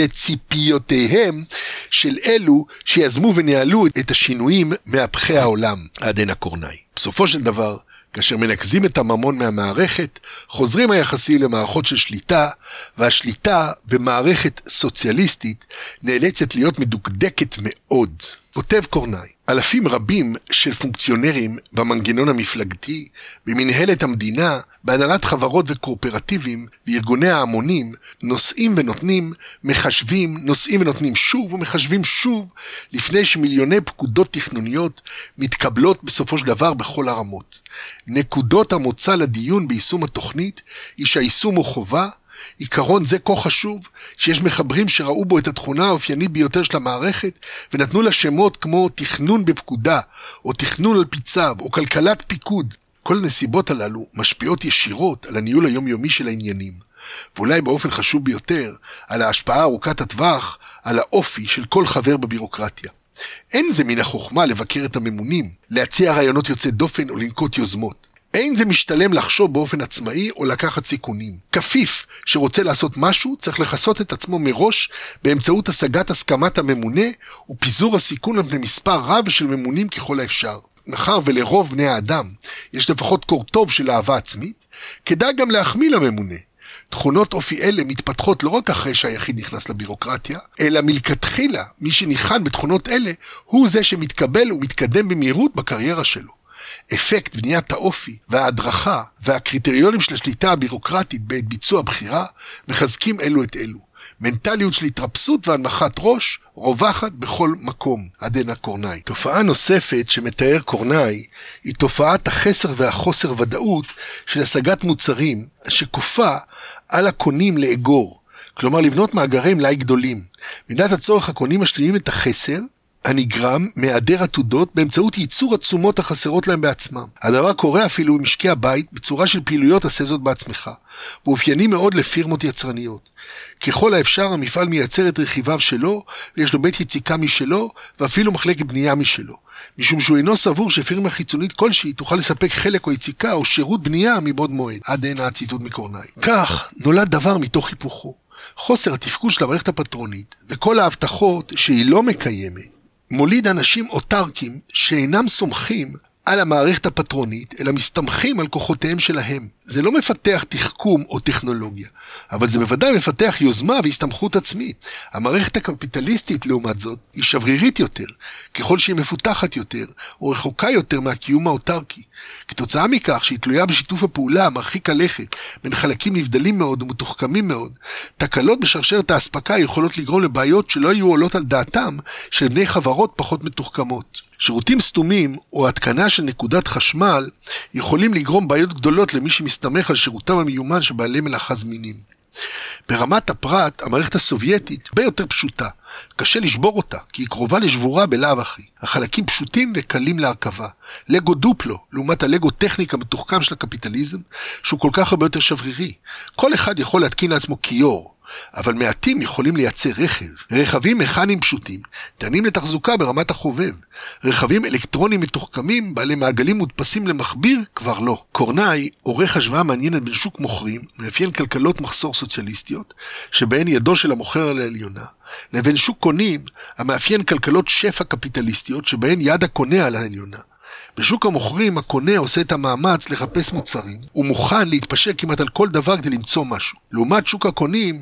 לציפיותיהם של אלו שיזמו וניהלו את השינויים מהפכי העולם עד הנה קורנאי. בסופו של דבר, כאשר מנקזים את הממון מהמערכת, חוזרים היחסים למערכות של שליטה, והשליטה במערכת סוציאליסטית נאלצת להיות מדוקדקת מאוד. כותב קורנאי, אלפים רבים של פונקציונרים במנגנון המפלגתי, במנהלת המדינה, בהנהלת חברות וקואופרטיבים וארגוני ההמונים, נושאים ונותנים, מחשבים, נושאים ונותנים שוב ומחשבים שוב, לפני שמיליוני פקודות תכנוניות מתקבלות בסופו של דבר בכל הרמות. נקודות המוצא לדיון ביישום התוכנית היא שהיישום הוא חובה, עיקרון זה כה חשוב, שיש מחברים שראו בו את התכונה האופיינית ביותר של המערכת, ונתנו לה שמות כמו תכנון בפקודה, או תכנון על פי צו, או כלכלת פיקוד. כל הנסיבות הללו משפיעות ישירות על הניהול היומיומי של העניינים, ואולי באופן חשוב ביותר, על ההשפעה ארוכת הטווח, על האופי של כל חבר בבירוקרטיה. אין זה מן החוכמה לבקר את הממונים, להציע רעיונות יוצא דופן או לנקוט יוזמות. אין זה משתלם לחשוב באופן עצמאי או לקחת סיכונים. כפיף שרוצה לעשות משהו צריך לחסות את עצמו מראש באמצעות השגת הסכמת הממונה ופיזור הסיכון על פני מספר רב של ממונים ככל האפשר. מאחר ולרוב בני האדם יש לפחות קור טוב של אהבה עצמית, כדאי גם להחמיא לממונה. תכונות אופי אלה מתפתחות לא רק אחרי שהיחיד נכנס לבירוקרטיה, אלא מלכתחילה מי שניחן בתכונות אלה הוא זה שמתקבל ומתקדם במהירות בקריירה שלו. אפקט בניית האופי וההדרכה והקריטריונים של השליטה הבירוקרטית בעת ביצוע בחירה מחזקים אלו את אלו. מנטליות של התרפסות והנמכת ראש רווחת בכל מקום עד הנה קורנאי. תופעה נוספת שמתאר קורנאי היא תופעת החסר והחוסר ודאות של השגת מוצרים שכופה על הקונים לאגור, כלומר לבנות מאגרי מלאי גדולים. במידת הצורך הקונים משלימים את החסר הנגרם מהיעדר עתודות באמצעות ייצור התשומות החסרות להם בעצמם. הדבר קורה אפילו במשקי הבית בצורה של פעילויות עשה זאת בעצמך, ואופייני מאוד לפירמות יצרניות. ככל האפשר המפעל מייצר את רכיביו שלו, ויש לו בית יציקה משלו, ואפילו מחלקת בנייה משלו. משום שהוא אינו סבור שפירמה חיצונית כלשהי תוכל לספק חלק או יציקה או שירות בנייה מבעוד מועד. עד הנה הציטוט מקורנאי. כך נולד דבר מתוך היפוכו. חוסר התפקוד של המערכת הפטרונית, וכל ההבטחות שהיא לא מקיימת, מוליד אנשים אוטרקים שאינם סומכים על המערכת הפטרונית, אלא מסתמכים על כוחותיהם שלהם. זה לא מפתח תחכום או טכנולוגיה, אבל זה בוודאי מפתח יוזמה והסתמכות עצמית. המערכת הקפיטליסטית לעומת זאת היא שברירית יותר, ככל שהיא מפותחת יותר, או רחוקה יותר מהקיום האוטרקי. כתוצאה מכך שהיא תלויה בשיתוף הפעולה המרחיק הלכת בין חלקים נבדלים מאוד ומתוחכמים מאוד, תקלות בשרשרת האספקה יכולות לגרום לבעיות שלא יהיו עולות על דעתם של בני חברות פחות מתוחכמות. שירותים סתומים או התקנה של נקודת חשמל יכולים לגרום בעיות גדולות למי שמסתמך על שירותם המיומן שבעלי מלאכה זמינים. ברמת הפרט, המערכת הסובייטית הרבה יותר פשוטה. קשה לשבור אותה, כי היא קרובה לשבורה בלאו הכי. החלקים פשוטים וקלים להרכבה. לגו דופלו, לעומת הלגו טכניק המתוחכם של הקפיטליזם, שהוא כל כך הרבה יותר שברירי. כל אחד יכול להתקין לעצמו כיור, אבל מעטים יכולים לייצר רכב. רכבים מכניים פשוטים, טענים לתחזוקה ברמת החובב. רכבים אלקטרונים מתוחכמים, בעלי מעגלים מודפסים למכביר, כבר לא. קורנאי עורך השוואה מעניינת בין שוק מוכרים, מאפיין כלכלות מחסור סוציאליסטיות, שבהן ידו של המוכר על העליונה, לבין שוק קונים, המאפיין כלכלות שפע קפיטליסטיות, שבהן יד הקונה על העליונה. בשוק המוכרים הקונה עושה את המאמץ לחפש מוצרים, הוא מוכן להתפשר כמעט על כל דבר כדי למצוא משהו. לעומת שוק הקונים,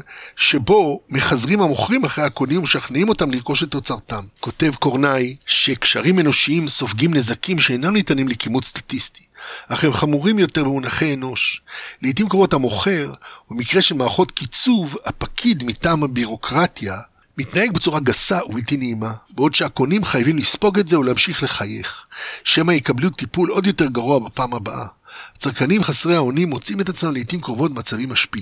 שבו מחזרים המוכרים אחרי הקונים ומשכנעים אותם לרכוש את תוצרתם. כותב קורנאי שקשרים אנושיים סופגים נזקים שאינם ניתנים לכימות סטטיסטי, אך הם חמורים יותר במונחי אנוש. לעתים קרובות המוכר, במקרה של מערכות קיצוב, הפקיד מטעם הבירוקרטיה, מתנהג בצורה גסה ובלתי נעימה, בעוד שהקונים חייבים לספוג את זה ולהמשיך לחייך, שמא יקבלו טיפול עוד יותר גרוע בפעם הבאה. הצרכנים חסרי האונים מוצאים את עצמם לעתים קרובות במצבים משפילים.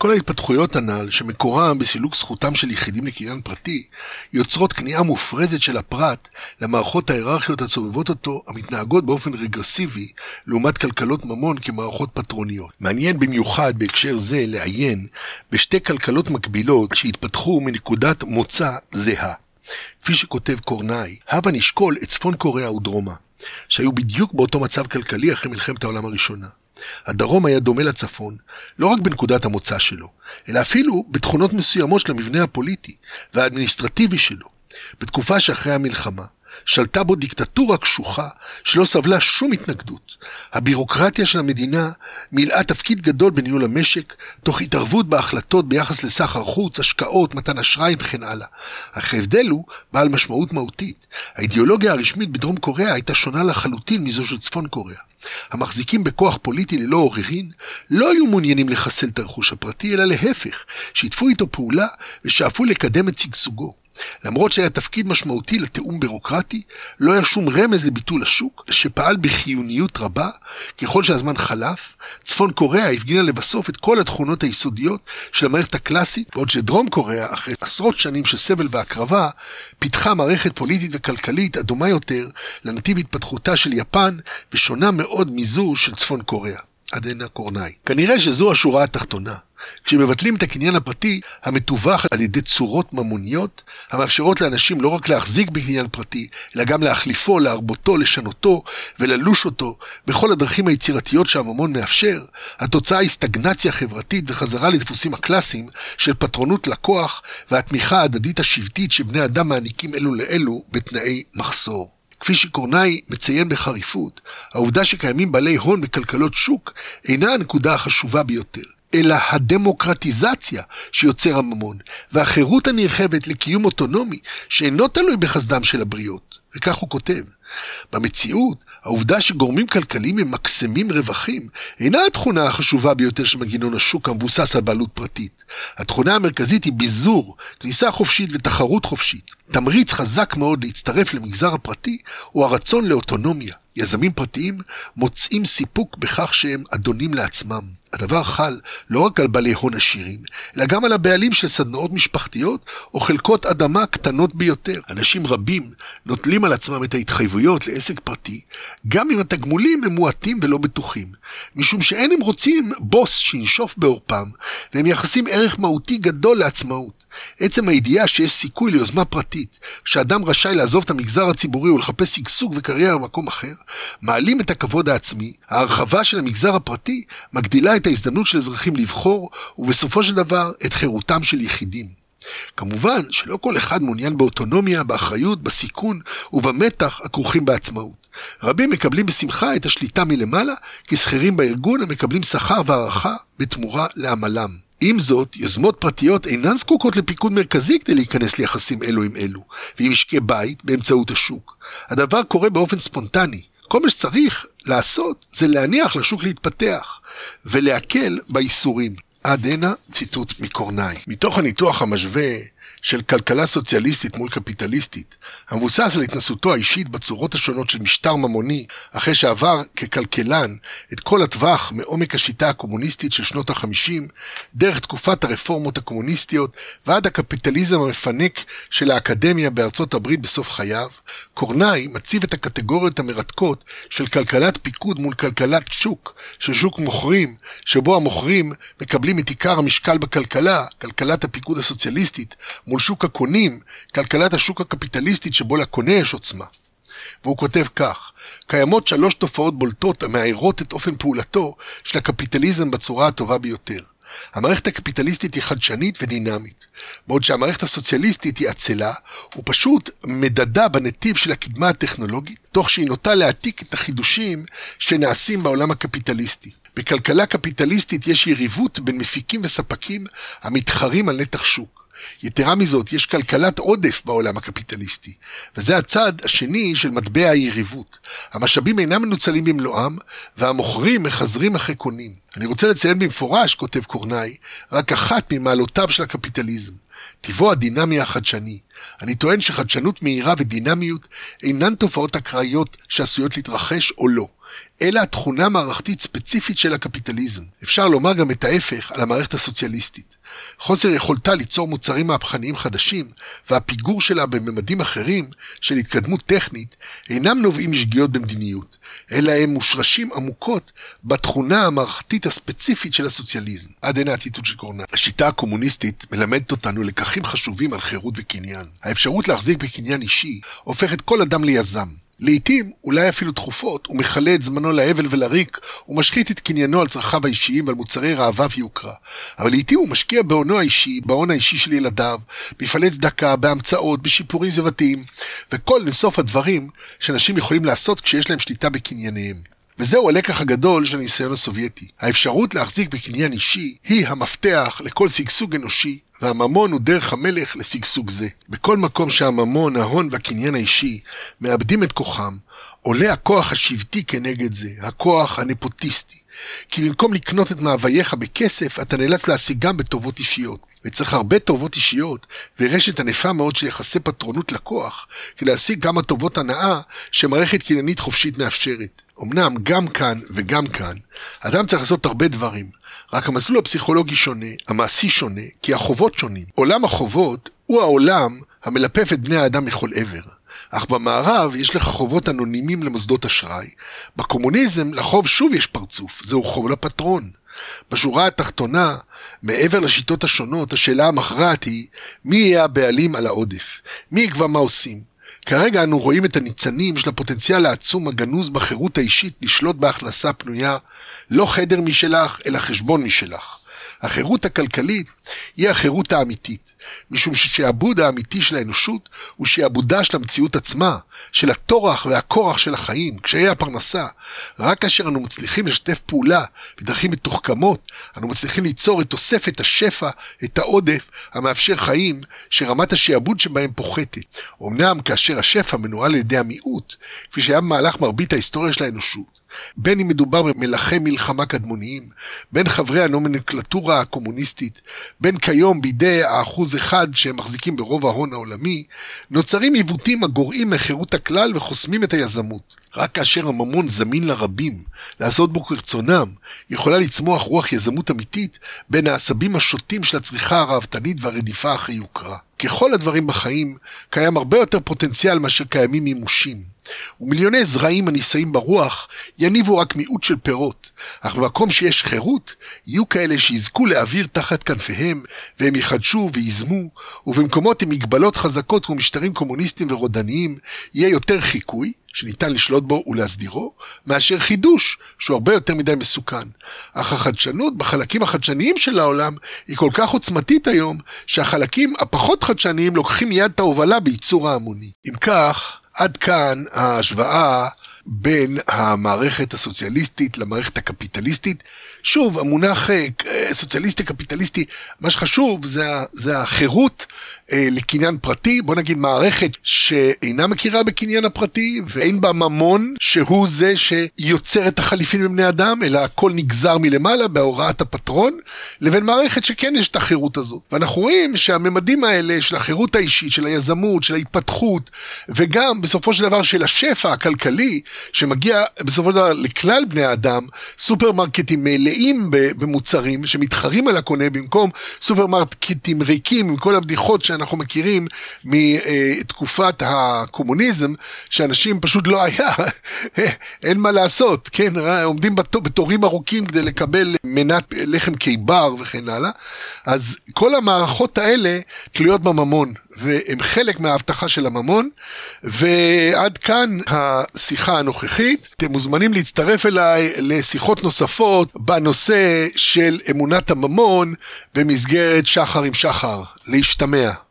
כל ההתפתחויות הנ"ל, שמקורם בסילוק זכותם של יחידים לקניין פרטי, יוצרות כניעה מופרזת של הפרט למערכות ההיררכיות הצובבות אותו, המתנהגות באופן רגרסיבי, לעומת כלכלות ממון כמערכות פטרוניות. מעניין במיוחד בהקשר זה לעיין בשתי כלכלות מקבילות שהתפתחו מנקודת מוצא זהה. כפי שכותב קורנאי, הבה נשקול את צפון קוריאה ודרומה, שהיו בדיוק באותו מצב כלכלי אחרי מלחמת העולם הראשונה. הדרום היה דומה לצפון, לא רק בנקודת המוצא שלו, אלא אפילו בתכונות מסוימות של המבנה הפוליטי והאדמיניסטרטיבי שלו. בתקופה שאחרי המלחמה, שלטה בו דיקטטורה קשוחה שלא סבלה שום התנגדות. הבירוקרטיה של המדינה מילאה תפקיד גדול בניהול המשק, תוך התערבות בהחלטות ביחס לסחר חוץ, השקעות, מתן אשראי וכן הלאה. אך ההבדל הוא בעל משמעות מהותית. האידיאולוגיה הרשמית בדרום קוריאה הייתה שונה לחלוטין מזו של צפון קוריאה. המחזיקים בכוח פוליטי ללא עוררין לא היו מעוניינים לחסל את הרכוש הפרטי, אלא להפך, שיתפו איתו פעולה ושאפו לקדם את שגשוגו. למרות שהיה תפקיד משמעותי לתיאום בירוקרטי, לא היה שום רמז לביטול השוק, שפעל בחיוניות רבה. ככל שהזמן חלף, צפון קוריאה הפגינה לבסוף את כל התכונות היסודיות של המערכת הקלאסית, בעוד שדרום קוריאה, אחרי עשרות שנים של סבל והקרבה, פיתחה מערכת פוליטית וכלכלית הדומה יותר לנתיב התפתחותה של יפן, ושונה מאוד מזו של צפון קוריאה. עד הנה קורנאי. כנראה שזו השורה התחתונה. כשמבטלים את הקניין הפרטי המתווך על ידי צורות ממוניות, המאפשרות לאנשים לא רק להחזיק בקניין פרטי, אלא גם להחליפו, להרבותו, לשנותו וללוש אותו בכל הדרכים היצירתיות שהממון מאפשר, התוצאה היא סטגנציה חברתית וחזרה לדפוסים הקלאסיים של פטרונות לקוח והתמיכה ההדדית השבטית שבני אדם מעניקים אלו לאלו בתנאי מחסור. כפי שקורנאי מציין בחריפות, העובדה שקיימים בעלי הון בכלכלות שוק אינה הנקודה החשובה ביותר, אלא הדמוקרטיזציה שיוצר הממון, והחירות הנרחבת לקיום אוטונומי שאינו תלוי בחסדם של הבריות. וכך הוא כותב, במציאות, העובדה שגורמים כלכליים ממקסמים רווחים אינה התכונה החשובה ביותר של מנגנון השוק המבוסס על בעלות פרטית. התכונה המרכזית היא ביזור, כניסה חופשית ותחרות חופשית. תמריץ חזק מאוד להצטרף למגזר הפרטי הוא הרצון לאוטונומיה. יזמים פרטיים מוצאים סיפוק בכך שהם אדונים לעצמם. הדבר חל לא רק על בעלי הון עשירים, אלא גם על הבעלים של סדנאות משפחתיות או חלקות אדמה קטנות ביותר. אנשים רבים נוטלים על עצמם את ההתחייבויות לעסק פרטי, גם אם התגמולים הם מועטים ולא בטוחים, משום שאין הם רוצים בוס שינשוף בעורפם, והם יחסים ערך מהותי גדול לעצמאות. עצם הידיעה שיש סיכוי ליוזמה פרטית, שאדם רשאי לעזוב את המגזר הציבורי ולחפש שגשוג וקריירה במקום אחר, מעלים את הכבוד העצמי. ההרחבה של המגזר הפרטי מגדילה את ההזדמנות של אזרחים לבחור, ובסופו של דבר את חירותם של יחידים. כמובן שלא כל אחד מעוניין באוטונומיה, באחריות, בסיכון ובמתח הכרוכים בעצמאות. רבים מקבלים בשמחה את השליטה מלמעלה, כשכירים בארגון המקבלים שכר והערכה בתמורה לעמלם. עם זאת, יוזמות פרטיות אינן זקוקות לפיקוד מרכזי כדי להיכנס ליחסים אלו עם אלו, ועם משקי בית באמצעות השוק. הדבר קורה באופן ספונטני. כל מה שצריך לעשות זה להניח לשוק להתפתח, ולהקל באיסורים. עד הנה ציטוט מקורנאי. מתוך הניתוח המשווה של כלכלה סוציאליסטית מול קפיטליסטית, המבוסס על התנסותו האישית בצורות השונות של משטר ממוני, אחרי שעבר ככלכלן את כל הטווח מעומק השיטה הקומוניסטית של שנות ה-50, דרך תקופת הרפורמות הקומוניסטיות ועד הקפיטליזם המפנק של האקדמיה בארצות הברית בסוף חייו, קורנאי מציב את הקטגוריות המרתקות של כלכלת פיקוד מול כלכלת שוק, של שוק מוכרים, שבו המוכרים מקבלים את עיקר המשקל בכלכלה, כלכלת הפיקוד הסוציאליסטית, מול שוק הקונים, כלכלת השוק הקפיטליסטית שבו לקונה יש עוצמה. והוא כותב כך, קיימות 3 תופעות בולטות המאירות את אופן פעולתו של הקפיטליזם בצורה הטובה ביותר. המערכת הקפיטליסטית היא חדשנית ודינמית, בעוד שהמערכת הסוציאליסטית היא עצלה, ופשוט מדדה בנתיב של הקדמה הטכנולוגית, תוך שהיא נוטה להעתיק את החידושים שנעשים בעולם הקפיטליסטי. בכלכלה קפיטליסטית יש יריבות בין מפיקים וספקים המתחרים על נתח שוק. יתרה מזאת, יש כלכלת עודף בעולם הקפיטליסטי, וזה הצד השני של מטבע היריבות. המשאבים אינם מנוצלים במלואם, והמוכרים מחזרים אחרי קונים. אני רוצה לציין במפורש, כותב קורנאי, רק אחת ממעלותיו של הקפיטליזם, טיבו הדינמי החדשני. אני טוען שחדשנות מהירה ודינמיות אינן תופעות אקראיות שעשויות להתרחש או לא. אלא התכונה מערכתית ספציפית של הקפיטליזם. אפשר לומר גם את ההפך על המערכת הסוציאליסטית. חוסר יכולתה ליצור מוצרים מהפכניים חדשים, והפיגור שלה בממדים אחרים של התקדמות טכנית, אינם נובעים משגיאות במדיניות, אלא הם מושרשים עמוקות בתכונה המערכתית הספציפית של הסוציאליזם. עד הנה הציטוט של קורנל. השיטה הקומוניסטית מלמדת אותנו לקחים חשובים על חירות וקניין. האפשרות להחזיק בקניין אישי הופכת כל אדם ליזם. לעתים, אולי אפילו תכופות, הוא מכלה את זמנו להבל ולריק, הוא משחית את קניינו על צרכיו האישיים ועל מוצרי רעביו ויוקרה. אבל לעתים הוא משקיע בהון האישי של ילדיו, במפעלי צדקה, בהמצאות, בשיפורים סביבתיים, וכל נסוף הדברים שאנשים יכולים לעשות כשיש להם שליטה בקנייניהם. וזהו הלקח הגדול של הניסיון הסובייטי. האפשרות להחזיק בקניין אישי היא המפתח לכל שגשוג אנושי, והממון הוא דרך המלך לשגשוג זה. בכל מקום שהממון, ההון והקניין האישי מאבדים את כוחם, עולה הכוח השבטי כנגד זה, הכוח הנפוטיסטי. כי במקום לקנות את מאווייך בכסף, אתה נאלץ להשיגם בטובות אישיות. וצריך הרבה טובות אישיות, ורשת ענפה מאוד של יחסי פטרונות לכוח, כדי להשיג גם הטובות הנאה שמערכת קניינית חופשית מאפשרת. אמנם גם כאן וגם כאן, אדם צריך לעשות הרבה דברים, רק המסלול הפסיכולוגי שונה, המעשי שונה, כי החובות שונים. עולם החובות הוא העולם המלפף את בני האדם מכל עבר. אך במערב יש לך חובות אנונימיים למוסדות אשראי. בקומוניזם לחוב שוב יש פרצוף, זהו חוב לפטרון. בשורה התחתונה, מעבר לשיטות השונות, השאלה המכרעת היא, מי יהיה הבעלים על העודף? מי יקבע מה עושים? כרגע אנו רואים את הניצנים של הפוטנציאל העצום הגנוז בחירות האישית לשלוט בהכנסה פנויה, לא חדר משלך, אלא חשבון משלך. החירות הכלכלית היא החירות האמיתית, משום ששעבוד האמיתי של האנושות הוא שעבודה של המציאות עצמה, של התורח והכורח של החיים, קשיי הפרנסה. רק כאשר אנו מצליחים לשתף פעולה בדרכים מתוחכמות, אנו מצליחים ליצור את תוספת השפע, את העודף, המאפשר חיים שרמת השעבוד שבהם פוחתת. אמנם כאשר השפע מנוהל על ידי המיעוט, כפי שהיה במהלך מרבית ההיסטוריה של האנושות, בין אם מדובר במלחי מלחמה קדמוניים, בין חברי הנומנקלטורה הקומוניסטית, בין כיום בידי 1% שהם מחזיקים ברוב ההון העולמי, נוצרים עיוותים הגורעים מחירות הכלל וחוסמים את היזמות. רק כאשר הממון זמין לרבים לעשות בו כרצונם, יכולה לצמוח רוח יזמות אמיתית בין העשבים השוטים של הצריכה הרעבתנית והרדיפה אחרי יוקרה. ככל הדברים בחיים, קיים הרבה יותר פוטנציאל מאשר קיימים מימושים. ומיליוני זרעים הנישאים ברוח יניבו רק מיעוט של פירות, אך במקום שיש חירות, יהיו כאלה שיזכו להעביר תחת כנפיהם, והם יחדשו ויזמו, ובמקומות עם מגבלות חזקות ומשטרים קומוניסטיים ורודניים, יהיה יותר חיקוי, שניתן לשלוט בו ולהסדירו, מאשר חידוש, שהוא הרבה יותר מדי מסוכן. אך החדשנות בחלקים החדשניים של העולם היא כל כך עוצמתית היום, שהחלקים הפחות חדשניים לוקחים מיד את ההובלה בייצור ההמוני. אם כך, עד כאן ההשוואה בין המערכת הסוציאליסטית למערכת הקפיטליסטית. שוב, המונח סוציאליסטי-קפיטליסטי, מה שחשוב זה החירות לקניין פרטי. בוא נגיד מערכת שאינה מכירה בקניין הפרטי, ואין בה ממון שהוא זה שיוצר את החליפין בבני אדם, אלא הכל נגזר מלמעלה בהוראת הפטרון, לבין מערכת שכן יש את החירות הזאת. ואנחנו רואים שהממדים האלה של החירות האישית, של היזמות, של ההתפתחות, וגם בסופו של דבר של השפע הכלכלי, שמגיע בסופו של דבר לכלל בני האדם, סופרמרקטים מלאים במוצרים שמתחרים על הקונה, במקום סופרמרקטים ריקים עם כל הבדיחות שאנחנו מכירים מתקופת הקומוניזם, שאנשים פשוט לא היה, אין מה לעשות, כן, עומדים בתורים ארוכים כדי לקבל מנת לחם קיבר וכן הלאה. אז כל המערכות האלה תלויות בממון, והם חלק מההבטחה של הממון. ועד כאן השיחה הנוכחית. אתם מוזמנים להצטרף אליי לשיחות נוספות בנושא של אמונת הממון במסגרת שחר עם שחר. להשתמע.